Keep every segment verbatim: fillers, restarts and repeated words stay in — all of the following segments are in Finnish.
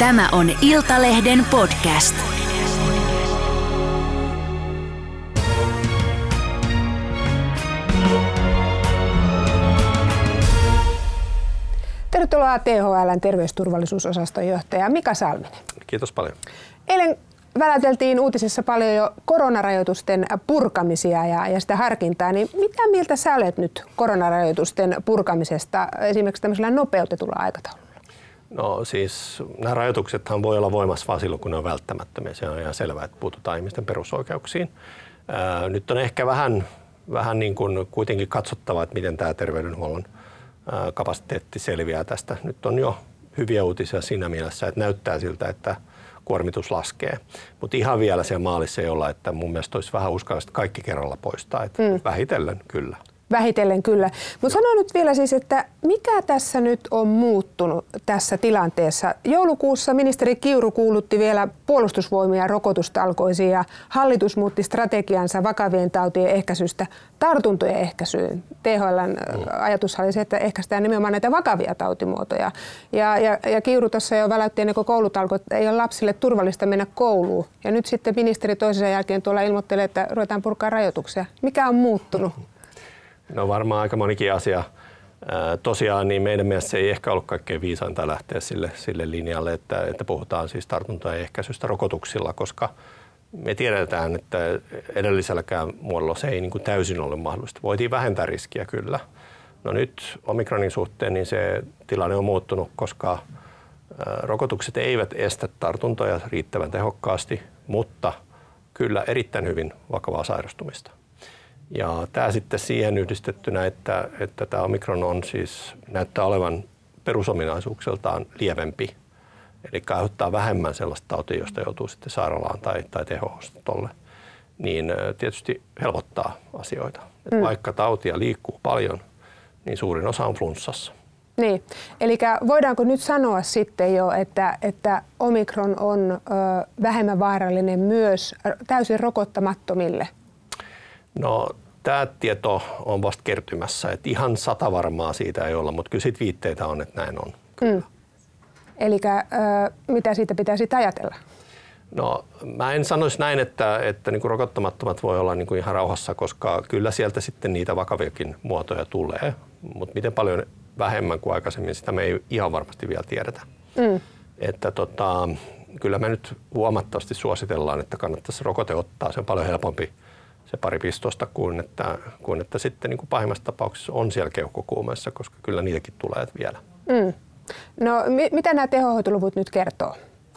Tämä on Iltalehden podcast. Tervetuloa T H L:n terveysturvallisuusosaston johtaja Mika Salminen. Kiitos paljon. Eilen väläteltiin uutisissa paljon jo koronarajoitusten purkamisia ja, ja sitä harkintaa. Niin mitä mieltä sä olet nyt koronarajoitusten purkamisesta esimerkiksi tämmöisellä nopeutetulla aikataululla? No siis nämä rajoituksethan voi olla voimassa vain silloin, kun ne on välttämättömiä. Se on ihan selvää, että puututaan ihmisten perusoikeuksiin. Ää, nyt on ehkä vähän, vähän niin kuin kuitenkin katsottava, että miten tämä terveydenhuollon ää, kapasiteetti selviää tästä. Nyt on jo hyviä uutisia siinä mielessä, että näyttää siltä, että kuormitus laskee. Mutta ihan vielä siellä maalissa ei olla, että mun mielestä olisi vähän uskallista kaikki kerralla poistaa. Että mm. vähitellen kyllä. Vähitellen kyllä. Mutta sano nyt vielä siis, että mikä tässä nyt on muuttunut tässä tilanteessa? Joulukuussa ministeri Kiuru kuulutti vielä puolustusvoimia rokotustalkoisiin ja hallitus muutti strategiansa vakavien tautien ehkäisystä tartuntojen ehkäisyyn. T H L:n ajatus oli se, että ehkäistään nimenomaan näitä vakavia tautimuotoja. Ja, ja, ja Kiuru tuossa jo väläytti ennen kuin koulutalkoit, että ei ole lapsille turvallista mennä kouluun. Ja nyt sitten ministeri toisensa jälkeen tuolla ilmoittelee, että ruvetaan purkaa rajoituksia. Mikä on muuttunut? No varmaan aika monikin asia. Tosiaan niin meidän mielestä se ei ehkä ollut kaikkein viisainta lähteä sille, sille linjalle, että, että puhutaan siis tartuntojen ehkäisystä rokotuksilla, koska me tiedetään, että edelliselläkään muodolla se ei niin kuin täysin ole mahdollista. Voitiin vähentää riskiä kyllä. No nyt Omikronin suhteen niin se tilanne on muuttunut, koska rokotukset eivät estä tartuntoja riittävän tehokkaasti, mutta kyllä erittäin hyvin vakavaa sairastumista. Ja tämä sitten siihen yhdistettynä, että, että tämä Omikron on siis, näyttää olevan perusominaisuuksiltaan lievempi. Eli aiheuttaa vähemmän sellaista tautia, josta joutuu sitten sairaalaan tai, tai teho-osastolle. Niin tietysti helpottaa asioita. Mm. Et vaikka tautia liikkuu paljon, niin suurin osa on flunssassa. Niin, eli voidaanko nyt sanoa sitten jo, että, että Omikron on ö, vähemmän vaarallinen myös täysin rokottamattomille? No tämä tieto on vasta kertymässä, että ihan sata varmaa siitä ei olla, mutta kyllä siitä viitteitä on, että näin on. Mm. Eli mitä siitä pitäisi ajatella? No mä en sanoisi näin, että, että niin kuin rokottamattomat voi olla niin kuin ihan rauhassa, koska kyllä sieltä sitten niitä vakaviakin muotoja tulee, mutta miten paljon vähemmän kuin aikaisemmin, sitä me ei ihan varmasti vielä tiedetä. Mm. Että tota, kyllä me nyt huomattavasti suositellaan, että kannattaisi rokote ottaa, se on paljon helpompi se pari pistosta kuin että, kuin että sitten niin kuin pahimmassa tapauksessa on siellä keuhkokuumeessa, koska kyllä niitäkin tulee vielä. Mm. No mi- mitä nämä tehohoitoluvut nyt kertoo?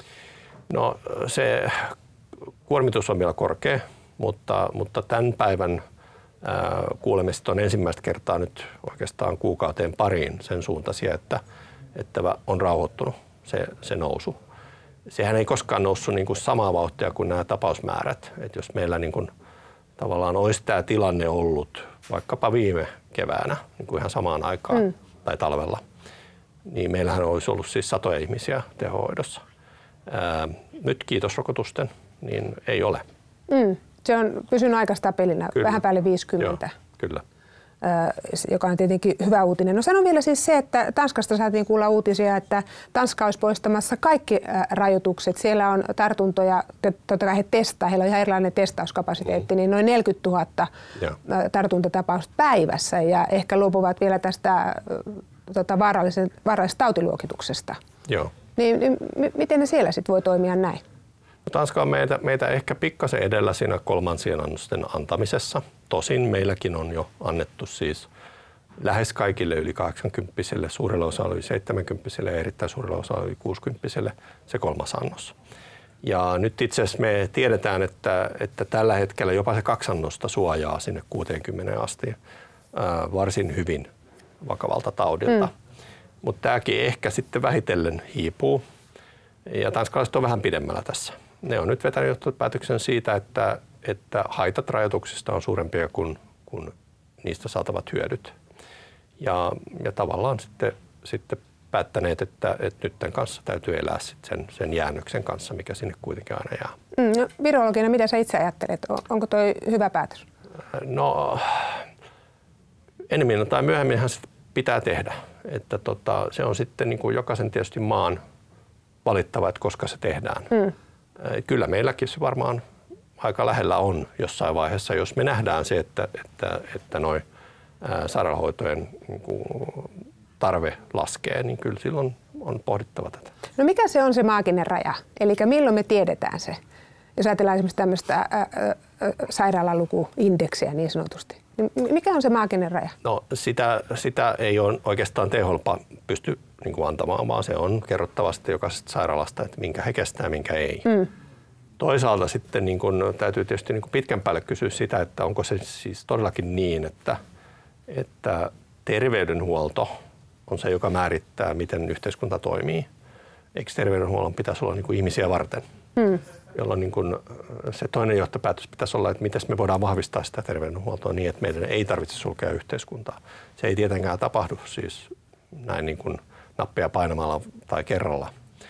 No se kuormitus on vielä korkea, mutta, mutta tämän päivän ää, kuulemista on ensimmäistä kertaa nyt oikeastaan kuukauteen pariin sen suuntaisia, että, että on rauhoittunut se, se nousu. Sehän ei koskaan noussut niin kuin samaa vauhtia kuin nämä tapausmäärät, että jos meillä niin kuin tavallaan olisi tämä tilanne ollut vaikkapa viime keväänä, niin kuin ihan samaan aikaan mm. tai talvella, niin meillähän olisi ollut siis satoja ihmisiä tehohoidossa. Ää, nyt kiitos rokotusten, niin ei ole. Mm. Se on pysynyt aika stabiilina, kyllä. Vähän päälle viisikymmentä. Joo, kyllä. Joka on tietenkin hyvä uutinen. No sano vielä siis se, että Tanskasta saatiin kuulla uutisia, että Tanska olisi poistamassa kaikki rajoitukset. Siellä on tartuntoja, totta kai he testaa, heillä on ihan erilainen testauskapasiteetti, mm. niin noin neljäkymmentätuhatta ja. tartuntatapausta päivässä ja ehkä luopuvat vielä tästä tota, vaarallisesta tautiluokituksesta. Joo. Niin, niin miten ne siellä sitten voi toimia näin? Tanska on meitä, meitä ehkä pikkasen edellä siinä kolmansien annosten antamisessa. Tosin meilläkin on jo annettu siis lähes kaikille yli kahdeksankymppisille, suurella osalla yli seitsemänkymppisille ja erittäin suurella osalla yli kuusikymppisille se kolmas annos. Ja nyt itse asiassa me tiedetään, että, että tällä hetkellä jopa se kaksi annosta suojaa sinne kuuteenkymmeneen asti ää, varsin hyvin vakavalta taudilta. Mm. Mutta tämäkin ehkä sitten vähitellen hiipuu ja tanskalaiset on vähän pidemmällä tässä. Ne on nyt vetänyt johtopäätöksen siitä, että, että haitat rajoituksista on suurempia kuin, kuin niistä saatavat hyödyt. Ja, ja tavallaan sitten, sitten päättäneet, että, että nyt tämän kanssa täytyy elää sit sen, sen jäännöksen kanssa, mikä sinne kuitenkin aina jää. Mm, no, virologina, mitä sä itse ajattelet? Onko toi hyvä päätös? No, enemmän tai myöhemminhän sitä pitää tehdä. Että tota, se on sitten niin kuin jokaisen tietysti maan valittava, että koska se tehdään. Mm. Kyllä meilläkin se varmaan aika lähellä on jossain vaiheessa, jos me nähdään se, että, että, että noi sairaanhoitojen niin kuin tarve laskee, niin kyllä silloin on pohdittava tätä. No mikä se on se maaginen raja? Eli milloin me tiedetään se? Jos ajatellaan esimerkiksi tämmöistä ää, ää, sairaalalukuindeksiä niin sanotusti. Niin mikä on se maaginen raja? No sitä, sitä ei ole oikeastaan T H L pysty niin kuin antamaan, vaan se on kerrottava sitten jokaisesta sairaalasta, että minkä he kestää, minkä ei. Mm. Toisaalta sitten niin kun, täytyy tietysti niin kun pitkän päälle kysyä sitä, että onko se siis todellakin niin, että, että terveydenhuolto on se, joka määrittää, miten yhteiskunta toimii. Eikö terveydenhuollon pitäisi olla niin kuin ihmisiä varten? Hmm. Jolloin niin kuin se toinen johtopäätös pitäisi olla, että miten me voidaan vahvistaa sitä terveydenhuoltoa niin, että meidän ei tarvitse sulkea yhteiskuntaa. Se ei tietenkään tapahdu siis näin niin kuin nappia painamalla tai kerralla.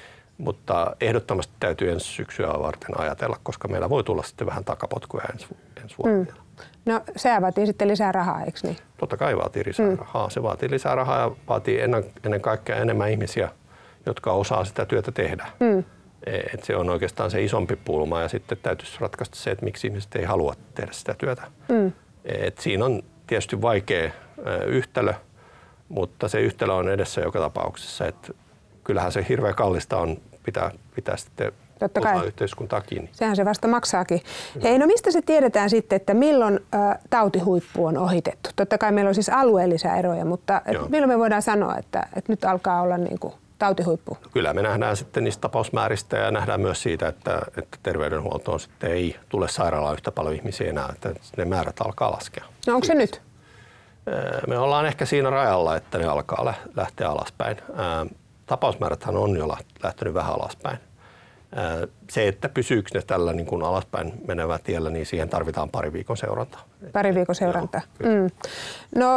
Mutta ehdottomasti täytyy ensi syksyä varten ajatella, koska meillä voi tulla sitten vähän takapotkuja ensi, ensi vuonna. Hmm. No se vaatii sitten lisää rahaa, eikö niin? Totta kai vaatii lisää mm. rahaa. Se vaatii lisää rahaa ja vaatii ennen, ennen kaikkea enemmän ihmisiä, jotka osaa sitä työtä tehdä. Mm. Et se on oikeastaan se isompi pulma ja sitten täytyisi ratkaista se, että miksi ihmiset ei halua tehdä sitä työtä. Mm. Et siinä on tietysti vaikea yhtälö, mutta se yhtälö on edessä joka tapauksessa. Et kyllähän se hirveän kallista on pitää, pitää sitten Totta kai. osaa yhteiskuntaa kiinni. Sehän se vasta maksaakin. Hei, no mistä se tiedetään sitten, että milloin ä, tautihuippu on ohitettu? Totta kai meillä on siis alueellisia eroja, mutta et milloin me voidaan sanoa, että, että nyt alkaa olla niin kuin tautihuippu? Kyllä me nähdään sitten niistä tapausmääristä ja nähdään myös siitä, että, että terveydenhuoltoon sitten ei tule sairaalaan yhtä paljon ihmisiä enää, että ne määrät alkaa laskea. No onko se nyt? Me ollaan ehkä siinä rajalla, että ne alkaa lähteä alaspäin. Tapausmääräthän on jo lähtenyt vähän alaspäin. Se, että pysyykö ne tällä niin kuin alaspäin menevä tiellä, niin siihen tarvitaan pari viikon seurantaa. Pari viikon seurantaa. Mm. No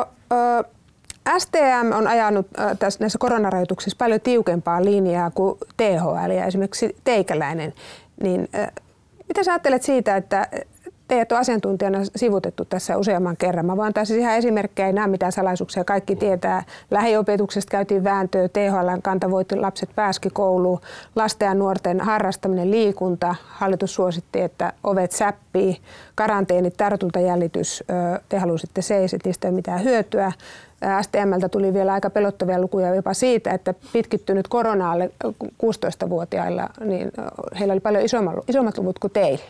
äh, S T M on ajanut äh, tässä näissä koronarajoituksissa paljon tiukempaa linjaa kuin T H L ja esimerkiksi teikäläinen. Niin, äh, mitä sä ajattelet siitä, että teidät on asiantuntijana sivutettu tässä useamman kerran? Mä voin taas ihan esimerkkejä, ei näe mitään salaisuuksia, kaikki tietää. Lähiopetuksesta käytiin vääntöä, T H L:n kantavoitti, lapset pääski kouluun, lasten ja nuorten harrastaminen, liikunta. Hallitus suositti, että ovet säppii, karanteenit, tartuntajäljitys, te halusitte seis, että niistä ei ole mitään hyötyä. S T M:ltä tuli vielä aika pelottavia lukuja jopa siitä, että pitkittynyt korona alle kuusitoistavuotiailla, niin heillä oli paljon isommat luvut kuin teillä.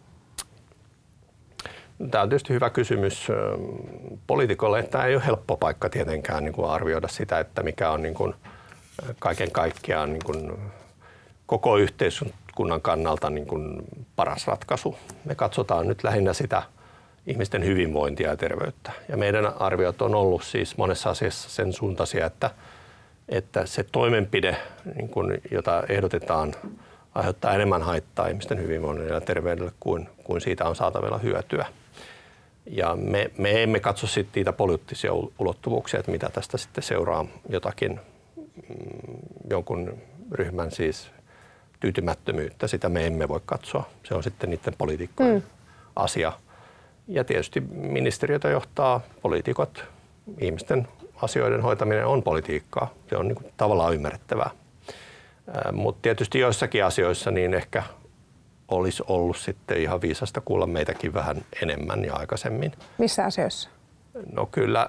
Tämä on tietysti hyvä kysymys poliitikolle. Tämä ei ole helppo paikka tietenkään niin kuin arvioida sitä, että mikä on niin kuin kaiken kaikkiaan niin kuin koko yhteiskunnan kannalta niin kuin paras ratkaisu. Me katsotaan nyt lähinnä sitä ihmisten hyvinvointia ja terveyttä. Ja meidän arviot on ollut siis monessa asiassa sen suuntaisia, että, että se toimenpide, niin kuin, jota ehdotetaan, aiheuttaa enemmän haittaa ihmisten hyvinvoinnille ja terveydelle kuin, kuin siitä on saatavilla hyötyä. Ja me, me emme katso sitten niitä poliittisia ulottuvuuksia, että mitä tästä sitten seuraa jotakin mm, jonkun ryhmän siis tyytymättömyyttä. Sitä me emme voi katsoa. Se on sitten niiden poliitikkojen mm. asia. Ja tietysti ministeriötä johtaa poliitikot. Ihmisten asioiden hoitaminen on politiikkaa. Se on niin kuin tavallaan ymmärrettävää. Mutta tietysti joissakin asioissa niin ehkä olisi ollut sitten ihan viisasta kuulla meitäkin vähän enemmän ja aikaisemmin. Missä asioissa? No kyllä,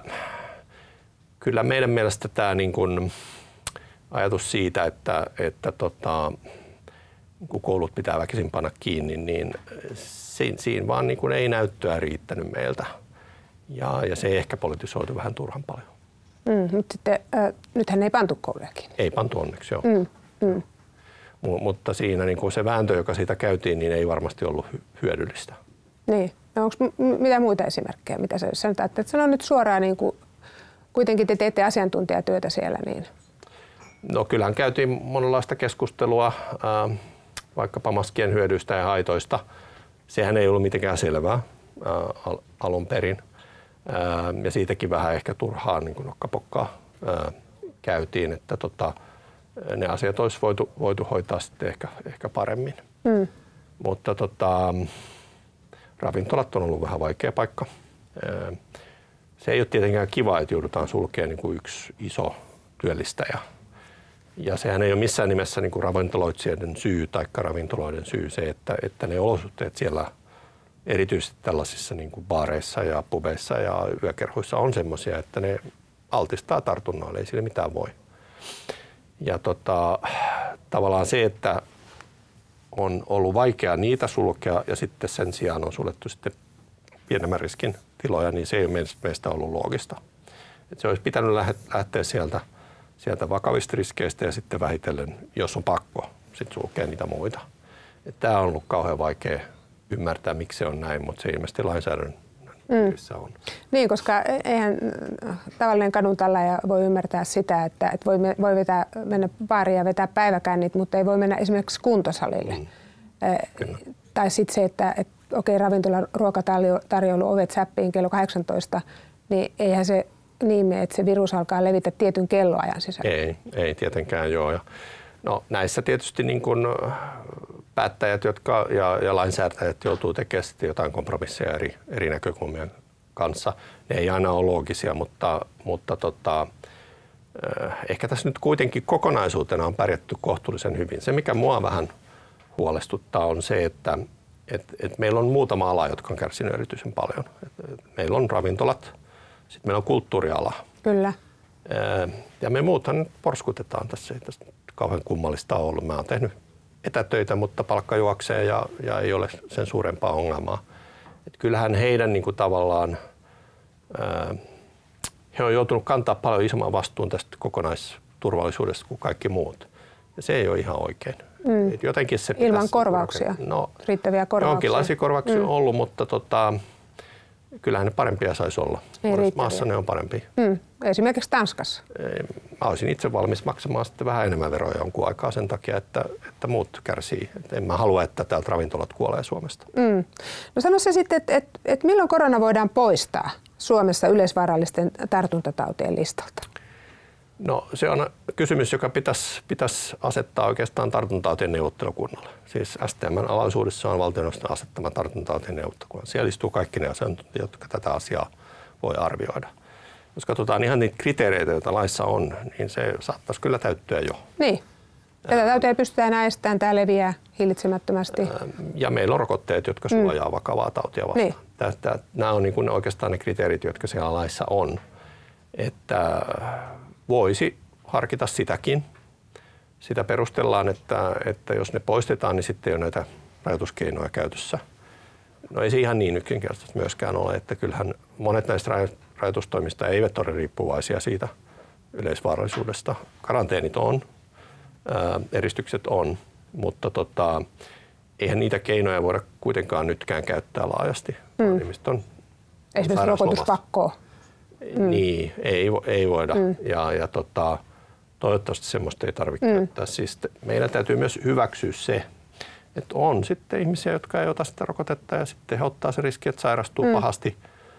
kyllä meidän mielestä tämä niin kuin ajatus siitä, että, että tota, kun koulut pitää väkisin panna kiinni, niin siinä, siinä vaan niin kuin ei näyttöä riittänyt meiltä. Ja, ja se ei ehkä politisoitu vähän turhan paljon. Mm, mutta sitten, äh, nythän ei pantu kouluja kiinni. Ei pantu onneksi, joo. Mm, mm. Mutta siinä niin kuin se vääntö, joka siitä käytiin, niin ei varmasti ollut hyödyllistä. Niin. No onko m- mitä muita esimerkkejä, mitä sä sanotaan? Että sano nyt suoraan, niin kuin, kuitenkin te teette asiantuntijatyötä siellä. Niin. No kyllähän käytiin monenlaista keskustelua äh, vaikkapa maskien hyödyistä ja haitoista. Sehän ei ollut mitenkään selvää äh, al- alun perin. Äh, ja siitäkin vähän ehkä turhaan niin kuin nokkapokkaa äh, käytiin, että tota, ne asiat olisi voitu, voitu hoitaa sitten ehkä, ehkä paremmin. Mm. Mutta tota, ravintolat on ollut vähän vaikea paikka. Se ei ole tietenkään kiva, että joudutaan sulkemaan niin kuin yksi iso työllistäjä. Ja sehän ei ole missään nimessä niin kuin ravintoloitsijoiden syy tai ravintoloiden syy se, että, että ne olosuhteet siellä erityisesti tällaisissa niin kuin baareissa ja pubeissa ja yökerhoissa on semmoisia, että ne altistaa tartunnoille, ei sille mitään voi. Ja tota, tavallaan se, että on ollut vaikea niitä sulkea ja sitten sen sijaan on suljettu sitten pienemmän riskin tiloja, niin se ei ole meistä ollut loogista. Et se olisi pitänyt lähteä sieltä, sieltä vakavista riskeistä ja sitten vähitellen, jos on pakko, sitten sulkea niitä muita. Tämä on ollut kauhean vaikea ymmärtää, miksi se on näin, mutta se ilmeisesti lainsäädännön piirissä on. Niin, koska eihän tavallinen kaduntallaja voi ymmärtää sitä, että, että voi, voi vetää, mennä baariin ja vetää päiväkännit, mutta ei voi mennä esimerkiksi kuntosalille. Mm. Eh, tai sitten se, että et, okei, ravintolan ruokatarjoilu ovet säppiin kello kahdeksantoista, niin eihän se niin mene, että se virus alkaa levitä tietyn kelloajan sisällä. Ei, ei tietenkään joo. Ja no, näissä tietysti niin kun päättäjät jotka, ja, ja lainsäätäjät joutuu tekemään sitten jotain kompromisseja eri, eri näkökulmien kanssa. Ne ei aina ole loogisia, mutta, mutta tota, ehkä tässä nyt kuitenkin kokonaisuutena on pärjätty kohtuullisen hyvin. Se, mikä mua vähän huolestuttaa, on se, että et, et meillä on muutama ala, jotka on kärsinyt erityisen paljon. Et, et meillä on ravintolat, sitten meillä on kulttuuriala. Kyllä. Ja me muuthan porskutetaan tässä. Ei tästä kauhean kummallista ole ollut. Mä oon tehnyt etätöitä, mutta palkka juoksee ja, ja ei ole sen suurempaa ongelmaa. Et kyllähän heidän niin kuin tavallaan, ää, he on joutunut kantaa paljon isomman vastuun tästä kokonaisturvallisuudesta kuin kaikki muut. Ja se ei ole ihan oikein. Mm. Et jotenkin se ilman korvauksia, no, riittäviä korvauksia. Jonkinlaisia korvauksia on mm. ollut, mutta tota, kyllähän ne parempia saisi olla. Maassa ne on parempia. Mm. Esimerkiksi Tanskassa. Mä olisin itse valmis maksamaan sitten vähän enemmän veroja jonkun aikaa sen takia, että, että muut kärsii. Et en mä halua, että täältä ravintolat kuolee Suomesta. Mm. No sano se sitten, että et, et milloin korona voidaan poistaa Suomessa yleisvaarallisten tartuntatautien listalta? No se on kysymys, joka pitäisi, pitäisi asettaa oikeastaan tartuntatautien neuvottelukunnalle. Siis S T M:n alaisuudessa on valtioneuvoston asettama tartuntatautien neuvottelukunnalle. Siellä istuu kaikki ne asiantuntijat, jotka tätä asiaa voi arvioida. Jos katsotaan ihan niitä kriteereitä, joita laissa on, niin se saattaisi kyllä täyttyä jo. Niin. Tätä tautia pystytään estämään, tämä leviää hillitsemättömästi. Ja meillä on rokotteet, jotka suojaa mm. vakavaa tautia vastaan. Niin. Tästä, nämä on niin kuin oikeastaan ne kriteerit, jotka siellä laissa on. Että voisi harkita sitäkin. Sitä perustellaan, että, että jos ne poistetaan, niin sitten ei ole näitä rajoituskeinoja käytössä. No ei se ihan niin yksinkertaisesti myöskään ole, että kyllähän monet näistä rajoitustoimista eivät ole riippuvaisia siitä yleisvaarallisuudesta. Karanteenit on, ää, eristykset on, mutta tota, eihän niitä keinoja voida kuitenkaan nytkään käyttää laajasti. Mm. Ihmiset on esimerkiksi rokotuspakkoa. Mm. Niin, ei, ei voida. Mm. Ja, ja tota, toivottavasti semmoista ei tarvitse mm. käyttää. Siis meidän täytyy myös hyväksyä se, että on sitten ihmisiä, jotka ei ota sitä rokotetta ja sitten he ottaa se riski, että sairastuu mm. pahasti.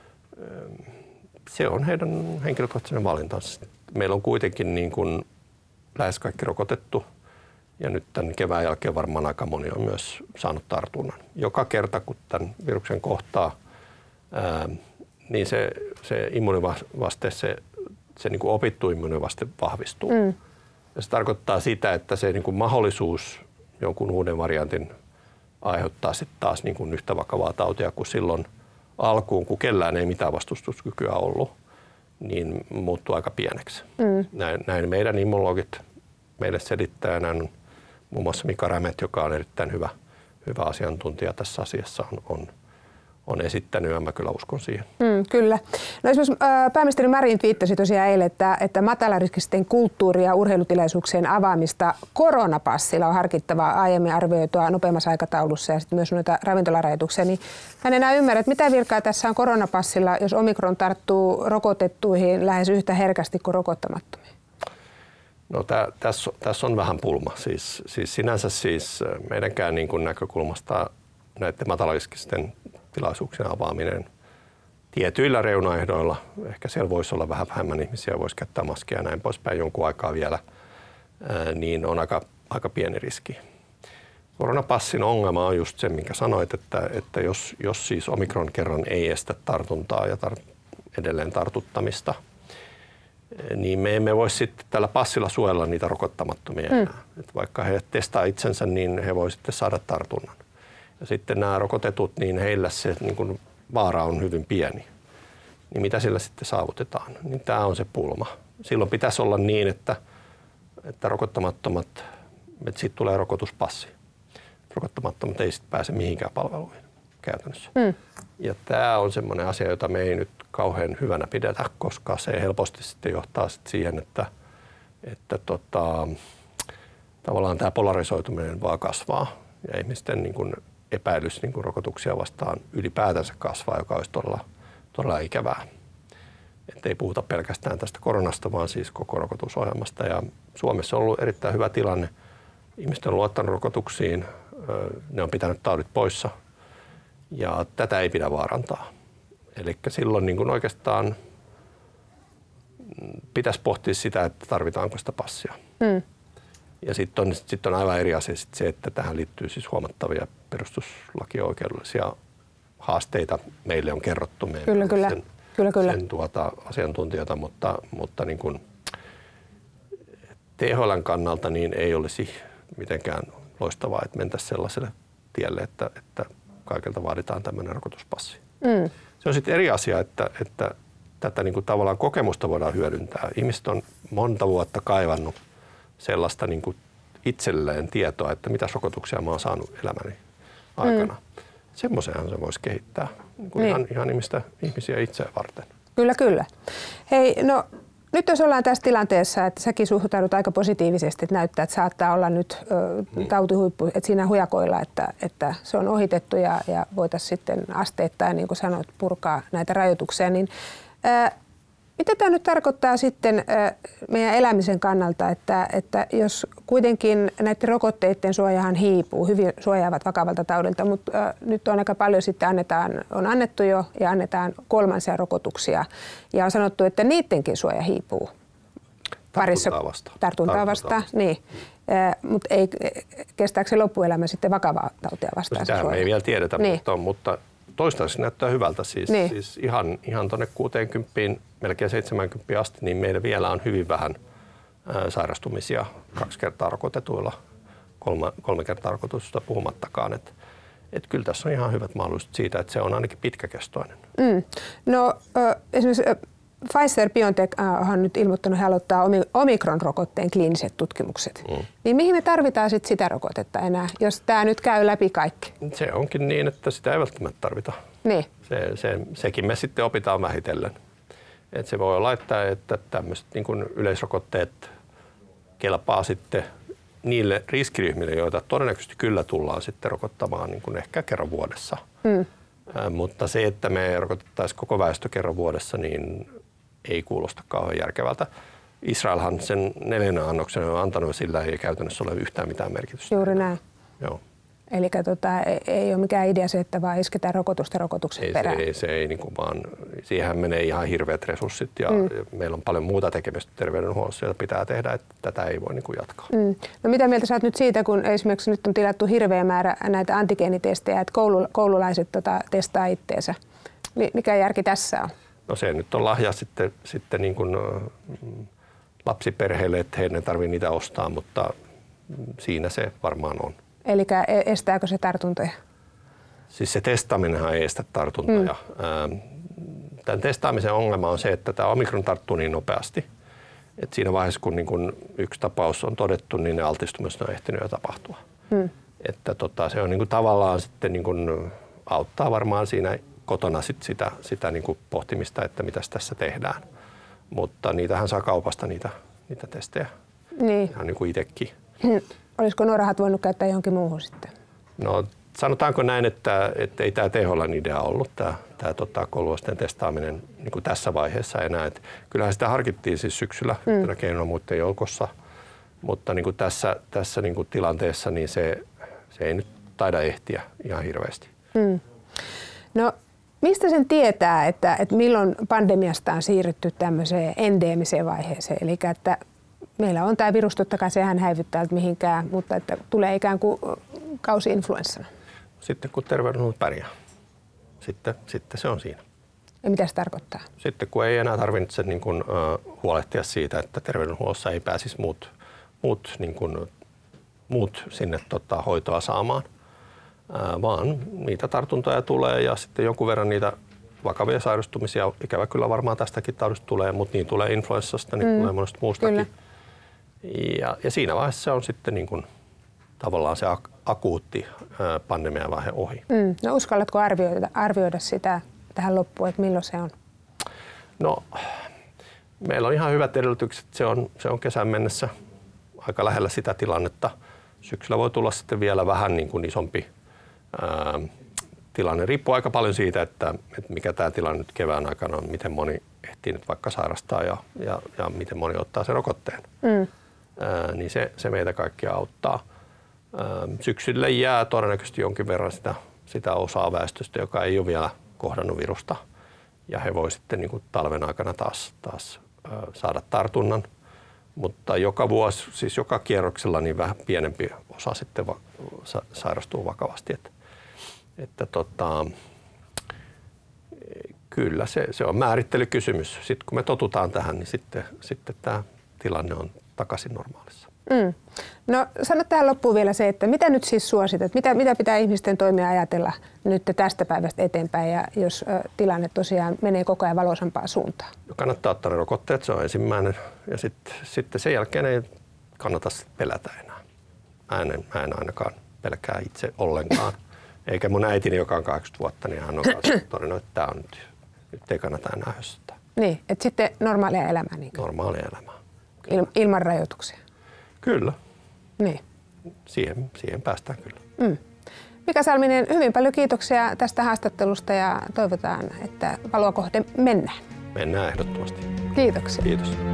Se on heidän henkilökohtainen valintansa. Meillä on kuitenkin niin kuin lähes kaikki rokotettu ja nyt tämän kevään jälkeen varmaan aika moni on myös saanut tartunnan. Joka kerta, kun tämän viruksen kohtaa, ää, niin se, se immunivaste, se, se niin kuin opittu immunivaste vahvistuu. Mm. Ja se tarkoittaa sitä, että se niin kuin mahdollisuus jonkun uuden variantin aiheuttaa sitten taas niin kuin yhtä vakavaa tautia kuin silloin alkuun, kun kellään ei mitään vastustuskykyä ollut, niin muuttuu aika pieneksi. Mm. Näin, näin meidän immunologit meille selittää, ja näin on muun muassa Mika Rämet, joka on erittäin hyvä, hyvä asiantuntija tässä asiassa, on, on, on esittänyt, ja mä kyllä uskon siihen. Mm, kyllä. No esimerkiksi ää, pääministeri Marin twiittasi tosiaan eilen, että, että matalariskisten kulttuuri- ja urheilutilaisuuksien avaamista koronapassilla on harkittavaa aiemmin arvioitua nopeammassa aikataulussa ja sitten myös noita ravintolarajoituksia. Niin mä en enää ymmärrä, että mitä virkaa tässä on koronapassilla, jos omikron tarttuu rokotettuihin lähes yhtä herkästi kuin rokottamattomiin? No tä, tässä, tässä on vähän pulma. Siis, siis sinänsä siis meidänkään niin kuin näkökulmasta näiden matalariskisten tilaisuuksien avaaminen tietyillä reunaehdoilla. Ehkä siellä voisi olla vähän vähemmän ihmisiä, voisi käyttää maskia ja näin poispäin jonkun aikaa vielä, ää, niin on aika, aika pieni riski. Koronapassin ongelma on just se, minkä sanoit, että, että jos, jos siis omikron kerran ei estä tartuntaa ja tar- edelleen tartuttamista, niin me emme voi sitten tällä passilla suojella niitä rokottamattomia enää. Mm. Et vaikka he testaa itsensä, niin he voi sitten saada tartunnan. Ja sitten nämä rokotetut, niin heillä se niin kun vaara on hyvin pieni. Niin mitä sillä sitten saavutetaan? Niin tämä on se pulma. Silloin pitäisi olla niin, että, että rokottamattomat, että siitä tulee rokotuspassi. Rokottamattomat ei sitten pääse mihinkään palveluihin käytännössä. Mm. Ja tämä on semmoinen asia, jota me ei nyt kauhean hyvänä pidetä, koska se helposti sitten johtaa sitten siihen, että, että tota, tavallaan tämä polarisoituminen vaan kasvaa ja ihmisten niin kuin epäilys niin kuin rokotuksia vastaan ylipäätänsä kasvaa, joka olisi todella, todella ikävää. Että ei puhuta pelkästään tästä koronasta, vaan siis koko rokotusohjelmasta. Ja Suomessa on ollut erittäin hyvä tilanne. Ihmiset on luottanut rokotuksiin, ne on pitänyt taudit poissa ja tätä ei pidä vaarantaa. Eli silloin niin kuin oikeastaan pitäisi pohtia sitä, että tarvitaanko sitä passia. Mm. Ja sitten on, sit on aivan eri asia sit se, että tähän liittyy siis huomattavia perustuslakioikeudellisia haasteita. Meille on kerrottu meidän kyllä, kyllä. sen, kyllä, kyllä. sen tuota, asiantuntijoita, mutta, mutta niin kuin T H L:n kannalta niin ei olisi mitenkään loistavaa, että mentäisiin sellaiselle tielle, että, että kaikilta vaaditaan tämmöinen rokotuspassi. Mm. Se on sitten eri asia, että, että tätä niin kuin tavallaan kokemusta voidaan hyödyntää. Ihmiset on monta vuotta kaivannut sellaista niin kuin itselleen tietoa, että mitä rokotuksia mä oon saanut elämäni aikana. Mm. Semmoisenhan se voisi kehittää niin kuin niin. Ihan, ihan ihmistä, ihmisiä itseä varten. Kyllä, kyllä. Hei, no nyt jos ollaan tässä tilanteessa, että säkin suhtaudut aika positiivisesti, että näyttää, että saattaa olla nyt ö, niin. tautihuippu, että siinä hujakoilla, että, että se on ohitettu ja, ja voitaisiin sitten asteittain, niin kuin sanoit, purkaa näitä rajoituksia, niin ää, mitä tämä nyt tarkoittaa sitten ää, meidän elämisen kannalta, että, että jos kuitenkin näiden rokotteiden suojahan hiipuu, hyvin suojaavat vakavalta taudilta, mutta ää, nyt on aika paljon sitten annetaan, on annettu jo ja annetaan kolmansia rokotuksia ja on sanottu, että niidenkin suoja hiipuu. Tartuntaa vastaan. Tartuntaa vastaan, niin. Mutta ei, kestääkö se loppuelämä sitten vakavaa tautia vastaan? No sitähän me ei vielä tiedetä, niin. mutta, mutta toistaiseksi näyttää hyvältä. Siis, niin. siis ihan, ihan tuonne kuuteenkymmeneen, melkein seitsemäänkymmeneen asti, niin meillä vielä on hyvin vähän ää, sairastumisia kaksi kertaa rokotetuilla, kolme, kolme kertaa rokotusta puhumattakaan. Et, et kyllä tässä on ihan hyvät mahdollisuudet siitä, että se on ainakin pitkäkestoinen. Mm. No äh, esimerkiksi äh, Pfizer-BioNTech on nyt ilmoittanut, että he aloittaa omikron-rokotteen kliiniset tutkimukset. Mm. Niin mihin me tarvitaan sit sitä rokotetta enää, jos tämä nyt käy läpi kaikki? Se onkin niin, että sitä ei välttämättä tarvita. Niin. Se, se, sekin me sitten opitaan vähitellen. Et se voi olla, että, että tämmöiset niin kuin yleisrokotteet kelpaa sitten niille riskiryhmille, joita todennäköisesti kyllä tullaan sitten rokottamaan niin kuin ehkä kerran vuodessa. Mm. Äh, mutta se, että me rokotettaisiin koko väestö kerran vuodessa, niin ei kuulosta kauhean järkevältä. Israelhan sen neljännen annoksen on antanut, sillä ei käytännössä ole yhtään mitään merkitystä. Juuri näin. Joo. Eli tota, ei, ei ole mikään idea se, että vaan isketään rokotusta rokotuksen ei, perään. Se ei, se ei niin kuin vaan, siihen menee ihan hirveät resurssit ja mm. meillä on paljon muuta tekemistä terveydenhuollossa, jota pitää tehdä, että tätä ei voi niin kuin jatkaa. Mm. No mitä mieltä sä oot nyt siitä, kun esimerkiksi nyt on tilattu hirveä määrä näitä antigeenitestejä, että koulu, koululaiset tota, testaa itteensä. Mikä järki tässä on? No se nyt on lahja sitten, sitten niin kuin lapsiperheille, että heidän ei tarvitse niitä ostaa, mutta siinä se varmaan on. Eli estääkö se tartuntoja? Siis se testaaminenhan ei estä tartuntoja. Mm. Tämän testaamisen ongelma on se, että tämä omikron tarttuu niin nopeasti, että siinä vaiheessa kun niin kun yksi tapaus on todettu, niin ne altistumiset on ehtinyt jo tapahtua. Mm. Että tota, se on niin kuin tavallaan sitten niin kuin auttaa varmaan siinä kotona sit sitä, sitä niin kuin pohtimista, että mitäs tässä tehdään. Mutta niitähän saa kaupasta niitä, niitä testejä. Niin. Ihan niin kuin itsekin. Hmm. Olisiko nuo rahat voinut käyttää johonkin muuhun sitten? No sanotaanko näin, että, että ei tämä T H L:n idea ollut, tämä, tämä tota, koululaisten testaaminen niin kuin tässä vaiheessa enää. Et kyllähän sitä harkittiin siis syksyllä mm. yhtenä keinona muiden joukossa, mutta niin kuin tässä, tässä niin kuin tilanteessa niin se, se ei nyt taida ehtiä ihan hirveästi. Mm. No mistä sen tietää, että, että milloin pandemiasta on siirrytty tämmöiseen endeemiseen vaiheeseen, eli että meillä on tämä virus, totta kai sehän häivyttää mihinkään, mutta että tulee ikään kuin kausi-influenssana. Sitten kun terveydenhuolto pärjää, sitten, sitten se on siinä. Ja mitä se tarkoittaa? Sitten kun ei enää tarvitse niin kuin, uh, huolehtia siitä, että terveydenhuollossa ei pääsisi muut, muut, niin kuin, muut sinne tota, hoitoa saamaan, uh, vaan niitä tartuntoja tulee ja sitten jonkun verran niitä vakavia sairastumisia, ikävä kyllä varmaan tästäkin taudista tulee, mutta niin tulee influenssasta, niin mm. tulee monesta muustakin. Ja, ja siinä vaiheessa se on sitten niin kuin, tavallaan se ak- akuutti uh, pandemian vaihe ohi. Mm. No uskallatko arvioida, arvioida sitä tähän loppuun, että milloin se on? No, meillä on ihan hyvät edellytykset. Se on, se on kesän mennessä aika lähellä sitä tilannetta. Syksyllä voi tulla sitten vielä vähän niin kuin isompi ää, tilanne. Riippuu aika paljon siitä, että, että mikä tämä tilanne nyt kevään aikana on, miten moni ehtii nyt vaikka sairastaa ja, ja, ja miten moni ottaa sen rokotteen. Mm. Ää, niin se, se meitä kaikkia auttaa. Ää, syksylle jää todennäköisesti jonkin verran sitä, sitä osaa väestöstä, joka ei ole vielä kohdannut virusta. Ja he voi sitten niin kuin talven aikana taas, taas ö, saada tartunnan. Mutta joka vuosi, siis joka kierroksella, niin vähän pienempi osa sitten va- sa- sairastuu vakavasti. Että, että tota, kyllä se, se on määrittelykysymys. Sitten kun me totutaan tähän, niin sitten, sitten tämä tilanne on takaisin normaalissa. Mm. No sano tähän loppuun vielä se, että mitä nyt siis suositat? Mitä, mitä pitää ihmisten toimia ajatella nyt tästä päivästä eteenpäin, ja jos ö, tilanne tosiaan menee koko ajan valoisampaan suuntaan? No kannattaa ottaa ne rokotteet, se on ensimmäinen. Ja sitten sit sen jälkeen ei kannata pelätä enää. Mä en, mä en ainakaan pelkää itse ollenkaan. Eikä mun äitini, joka on kahdeksankymmentä vuotta, niin hän on todennut, että tämä on nyt, nyt ei kannata enää hössöttää. Niin, että sitten normaalia elämää. Niin normaalia elämää. Il, ilman rajoituksia. Kyllä. Niin. Siihen, siihen päästään kyllä. Mm. Mika Salminen, hyvin paljon kiitoksia tästä haastattelusta ja toivotaan, että valoa kohden mennään. Mennään ehdottomasti. Kiitoksia. Kiitos.